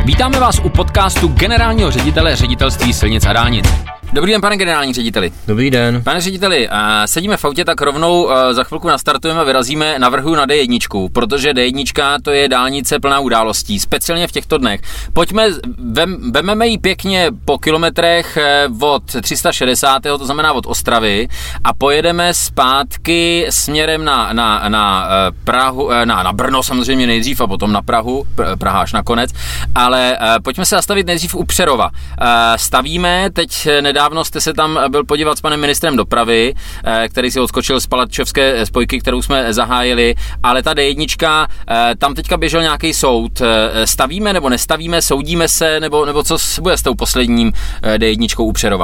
Vítáme vás u podcastu generálního ředitele Ředitelství silnic a dálnic. Dobrý den, pane generální řediteli. Dobrý den. Pane řediteli, sedíme v autě, tak rovnou za chvilku nastartujeme a vyrazíme navrhu na D1, protože D1 to je dálnice plná událostí, speciálně v těchto dnech. Pojďme, vememe ji pěkně po kilometrech od 360, to znamená od Ostravy, a pojedeme zpátky směrem na Prahu, na Brno samozřejmě nejdřív a potom na Prahu, Praha až nakonec, ale pojďme se zastavit nejdřív u Přerova. Stavíme, teď nedávno jste se tam byl podívat s panem ministrem dopravy, který si odskočil z Palatčovské spojky, kterou jsme zahájili, ale ta D1, tam teďka běžel nějaký soud. Stavíme nebo nestavíme, soudíme se, nebo co bude s tou posledním D1 u Přerova?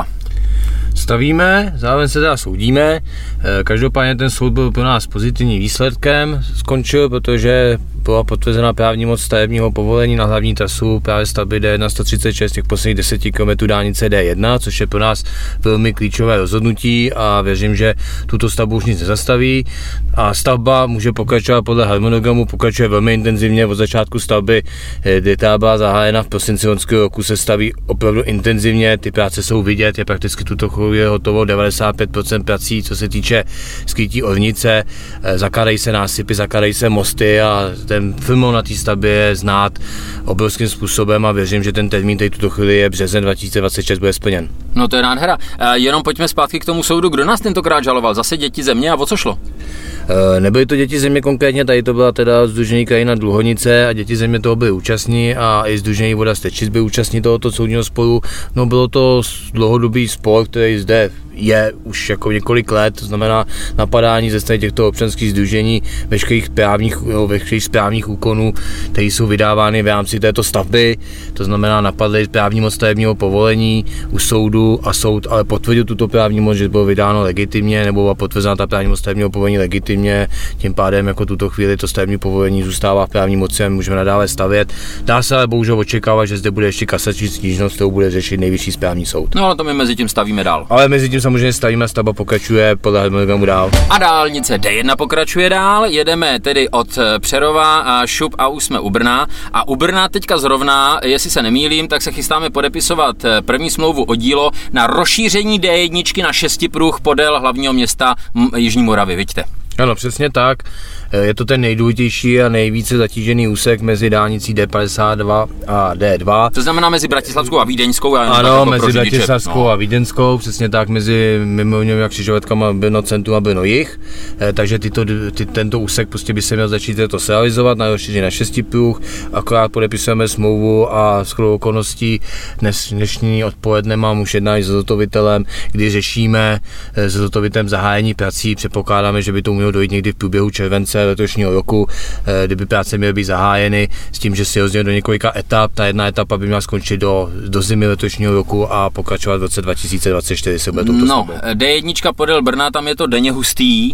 Stavíme, zároveň se teda soudíme. Každopádně ten soud byl pro nás pozitivním výsledkem, skončil, protože byla potvrzena právní moc stavebního povolení na hlavní trasu právě stavby D1 136 těch posledních 10 km dálnice D1, což je pro nás velmi klíčové rozhodnutí a věřím, že tuto stavbu už nic nezastaví a stavba může pokračovat podle harmonogramu, pokračuje velmi intenzivně od začátku stavby, kdy ta byla zahájena v prosinci loňského roku, se staví opravdu intenzivně, ty práce jsou vidět, je prakticky tuto chvíli hotovo 95% prací, co se týče skrytí ornice, zakládají se násypy, zakládají se mosty a ten filmou na té stavbě je znát obrovským způsobem a věřím, že ten termín tady tuto chvíli je březen 2026 bude splněn. No to je nádhera. Jenom pojďme zpátky k tomu soudu. Kdo nás tentokrát žaloval? Zase Děti země a o co šlo? Nebyly to Děti země konkrétně, tady to byla teda Sdružení krajina Dluhonice a Děti země toho byly účastní a i Sdružení Voda Stečic byly účastní tohoto soudního sporu. No bylo to dlouhodobý spor, který zde je už jako několik let, to znamená napadání ze strany těchto občanských sdružení veškerých správních úkonů, které jsou vydávány v rámci této stavby, to znamená napadly právní moc stavebního povolení u soudu a soud ale potvrdil tuto právní moc, že bylo vydáno legitimně nebo byla potvrzena ta právní moc stavebního povolení legitimně, tím pádem jako tuto chvíli to stavební povolení zůstává v právní moci a můžeme nadále stavět. Dá se ale bohužel očekávat, že zde bude ještě kasační stížnost, kterou bude řešit Nejvyšší správní soud. No ale to my mezi tím stavíme dál. Ale mezi tím samozřejmě stavíme, stavba pokračuje podle harmonogramu dál. A dálnice D1 pokračuje dál, jedeme tedy od Přerova a šup a už jsme u Brna. A u Brna teďka zrovna, jestli se nemýlím, tak se chystáme podepisovat první smlouvu o dílo na rozšíření D1 na 6 pruh podél hlavního města Jižní Moravy, vidíte. Ano, přesně tak. Je to ten nejdůležitější a nejvíce zatížený úsek mezi dálnicí D52 a D2. To znamená mezi Bratislavskou a Vídeňskou. Ano, mezi Bratislavskou a Vídeňskou, přesně tak, mezi mimoňovými a křižovatkama Brno Centrum a Brno Jih. Takže tento úsek prostě by se měl začít to realizovat na rozšíření na 6 pruh. Akorát podepisujeme smlouvu a shodou okolností dnešní odpoledne mám už jednání s zhotovitelem, kdy řešíme s zhotovitelem zahájení prací. Předpokládáme, že by to mělo dojít někdy v průběhu července letošního roku, kdyby práce měly být zahájeny s tím, že si rozdělí do několika etap. Ta jedna etapa by měla skončit do zimy letošního roku a pokračovat v roce 2024 se bude touto stavbou. D1 podél Brna, tam je to denně hustý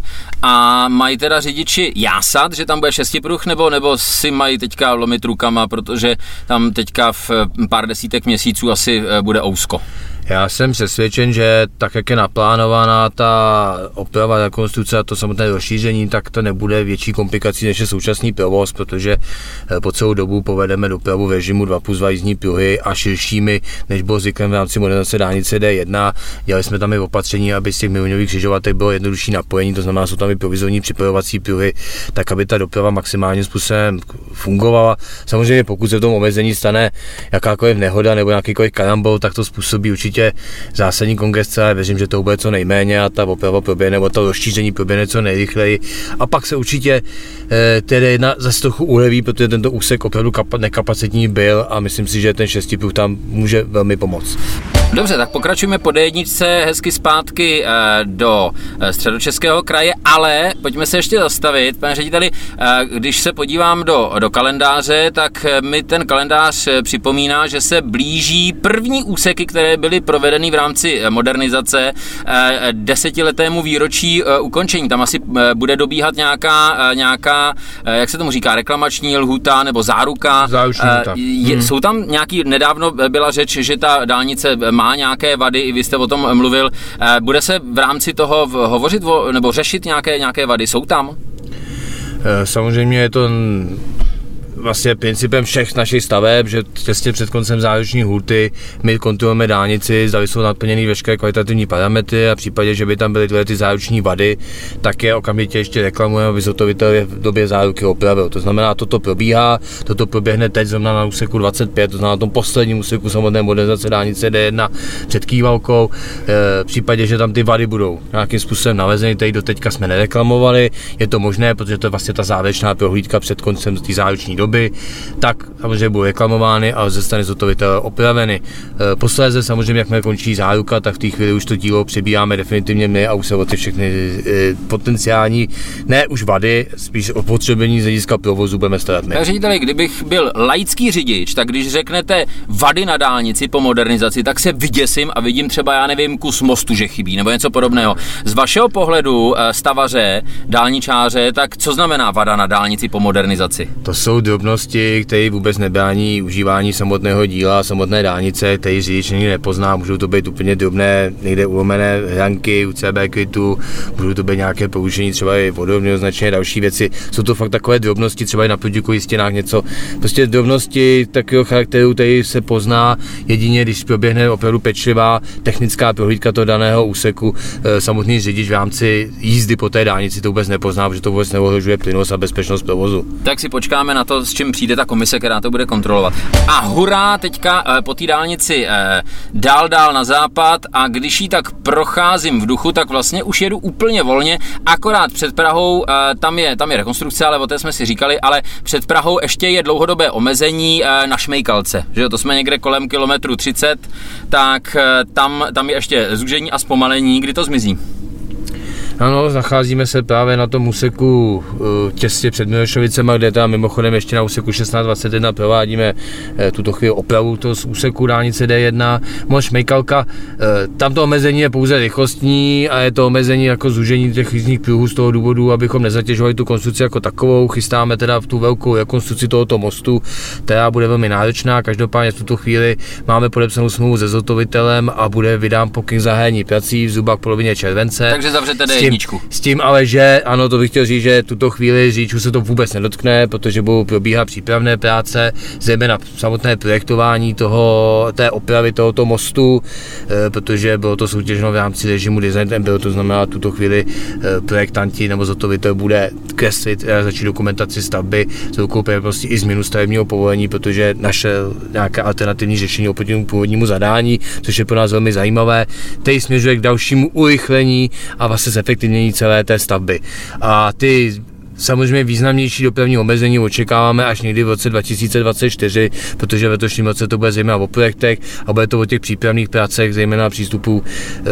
a mají teda řidiči jásat, že tam bude 6 pruh, nebo si mají teďka lomit rukama, protože tam teďka v pár desítek měsíců asi bude ousko. Já jsem přesvědčen, že tak, jak je naplánovaná ta oprava, rekonstrukce a to samotné rozšíření, tak to nebude větší komplikací než je současný provoz, protože po celou dobu povedeme dopravu v režimu 2+2 jízdní pruhy a širšími, než bylo zvyklem v rámci modernizace dálnice D1. Dělali jsme tam i opatření, aby z těch milionových křižovatek bylo jednodušší napojení, to znamená, jsou tam i provizorní připojovací pruhy, tak aby ta doprava maximálním způsobem fungovala. Samozřejmě pokud se v tom omezení stane jakákoliv nehoda nebo nějakýkoliv karambol, tak to způsobí určitě zásadní kongresce, ale věřím, že to bude co nejméně a ta oprava proběhne, nebo to rozšíření proběhne co nejrychleji. A pak se určitě tedy jedna zase trochu uleví, protože tento úsek opravdu nekapacitní byl a myslím si, že ten 6 pruh tam může velmi pomoct. Dobře, tak pokračujeme po D1 hezky zpátky do Středočeského kraje, ale pojďme se ještě zastavit, pane řediteli, když se podívám do kalendáře, tak mi ten kalendář připomíná, že se blíží první úseky, které byly provedeny v rámci modernizace 10letému výročí ukončení. Tam asi bude dobíhat nějaká, jak se tomu říká, reklamační lhůta nebo záruka. Jsou tam nějaký, nedávno byla řeč, že ta dálnice má nějaké vady, i vy jste o tom mluvil. Bude se v rámci toho hovořit nebo řešit nějaké vady? Jsou tam? Samozřejmě je to vlastně principem všech našich staveb, že těsně před koncem záruční lhůty my kontrolujeme dálnici, zda jsou naplněny veškeré kvalitativní parametry a v případě, že by tam byly tyhle ty záruční vady, tak je okamžitě ještě reklamujeme, aby zhotovitel je v době záruky opravil. To znamená, toto probíhá, toto proběhne teď zrovna na úseku 25, to znamená na tom posledním úseku samotné modernizace dálnice D1 před Kývalkou. V případě, že tam ty vady budou nějakým způsobem navezeny, který doteďka jsme nereklamovali, je to možné, protože to je vlastně ta závěrečná prohlídka před koncem té záruční doby, tak samozřejmě budou reklamovány a ze strany zhotovitele opraveny. Posléze samozřejmě, jakmile končí záruka, tak v té chvíli už to dílo přebíráme definitivně my a už se o ty všechny potenciální, ne už vady, spíš opotřebení z hlediska provozu budeme starat my. Tak řediteli, kdybych byl laický řidič, tak když řeknete vady na dálnici po modernizaci, tak se vyděsím a vidím třeba, já nevím, kus mostu, že chybí, nebo něco podobného. Z vašeho pohledu stavaře, dálničáře, tak co znamená vada na dálnici po modernizaci? To jsou drobnosti, které vůbec nebrání užívání samotného díla, samotné dálnice, které řidič nikdy nepozná. Můžou to být úplně drobné, někde ulomené hranky, UCB kvitu, můžou to být nějaké porušení třeba i vodovného značení, další věci. Jsou to fakt takové drobnosti, třeba i na průdíkových stěnách něco. Prostě drobnosti takového charakteru, který se pozná jedině, když proběhne opravdu pečlivá technická prohlídka toho daného úseku. Samotný řidič v rámci jízdy po té dálnici to vůbec nepozná, protože to vůbec neohrožuje plynulost a bezpečnost provozu. Tak si počkáme na to, s čím přijde ta komise, která to bude kontrolovat. A hurá, teďka po té dálnici dál na západ a když ji tak procházím v duchu, tak vlastně už jedu úplně volně, akorát před Prahou, tam je rekonstrukce, ale o té jsme si říkali, ale před Prahou ještě je dlouhodobé omezení na Šmejkalce, že jo, to jsme někde kolem kilometru 30, tak tam je ještě zúžení a zpomalení, kdy to zmizí. Ano, nacházíme se právě na tom úseku těsně před Milošovicema, kde tam mimochodem ještě na úseku 1621 provádíme tuto chvíli opravu toho úseku dálnice D1. Šmejkalka, tam to omezení je pouze rychlostní a je to omezení jako zúžení těch jízdních pruhů z toho důvodu, abychom nezatěžovali tu konstrukci jako takovou. Chystáme teda v tu velkou rekonstrukci tohoto mostu, která bude velmi náročná. Každopádně v tuto chvíli máme podepsanou smlouvu se zhotovitelem a bude vydán pokyn zahájení prací zhruba k polovině července. Takže zavřete S tím ale, že ano, to bych chtěl říct, že tuto chvíli řidičů se to vůbec nedotkne, protože budou probíhat přípravné práce, zejména samotné projektování té opravy tohoto mostu, protože bylo to soutěženo v rámci režimu Design and Build, to znamená tuto chvíli projektanti nebo zhotovitel bude kreslit začít dokumentaci stavby s velkou pravděpodobností i změnu stavebního povolení, protože našel nějaké alternativní řešení oproti původnímu zadání, což je pro nás velmi zajímavé. Teď směřuje k dalšímu urychlení a vlastně zefektivnění celé té stavby. A ty samozřejmě významnější dopravní omezení očekáváme až někdy v roce 2024, protože v letošním roce to bude zejména o projektech a bude to o těch přípravných pracech, zejména přístupu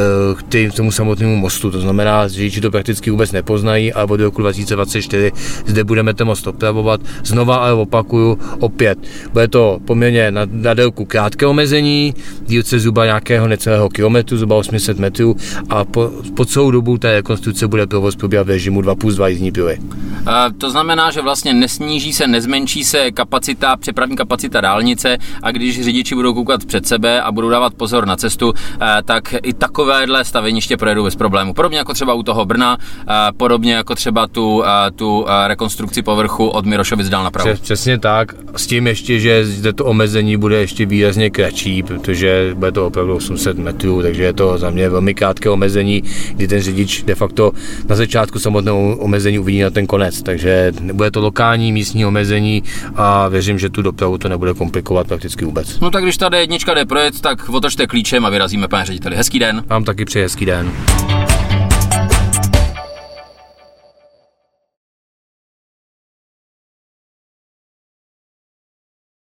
k tomu samotnému mostu. To znamená, že řidiči to prakticky vůbec nepoznají, ale od roku 2024 zde budeme ten most opravovat. Znova ale opakuju, opět, bude to poměrně na délku krátké omezení, dílce zhruba nějakého necelého kilometru, zhruba 800 metrů a po celou dobu té rekonstrukce bude provoz probíhat v režimu 2+2 jízdní pruhy. To znamená, že vlastně nesníží se, nezmenší se přepravní kapacita dálnice a když řidiči budou koukat před sebe a budou dávat pozor na cestu, tak i takovéhle staveniště projedou bez problému. Podobně jako třeba u toho Brna, podobně jako třeba tu rekonstrukci povrchu od Mirošovic dál na Prahu. Přesně tak, s tím ještě, že zde to omezení bude ještě výrazně kratší, protože bude to opravdu 800 metrů, takže je to za mě velmi krátké omezení, kdy ten řidič de facto na začátku samotného omezení uvidí na ten konec. Takže bude to lokální místní omezení a věřím, že tu dopravu to nebude komplikovat prakticky vůbec. No tak když ta D1 jde projet, tak otočte klíčem a vyrazíme, pane řediteli. Hezký den. Vám taky přeji hezký den.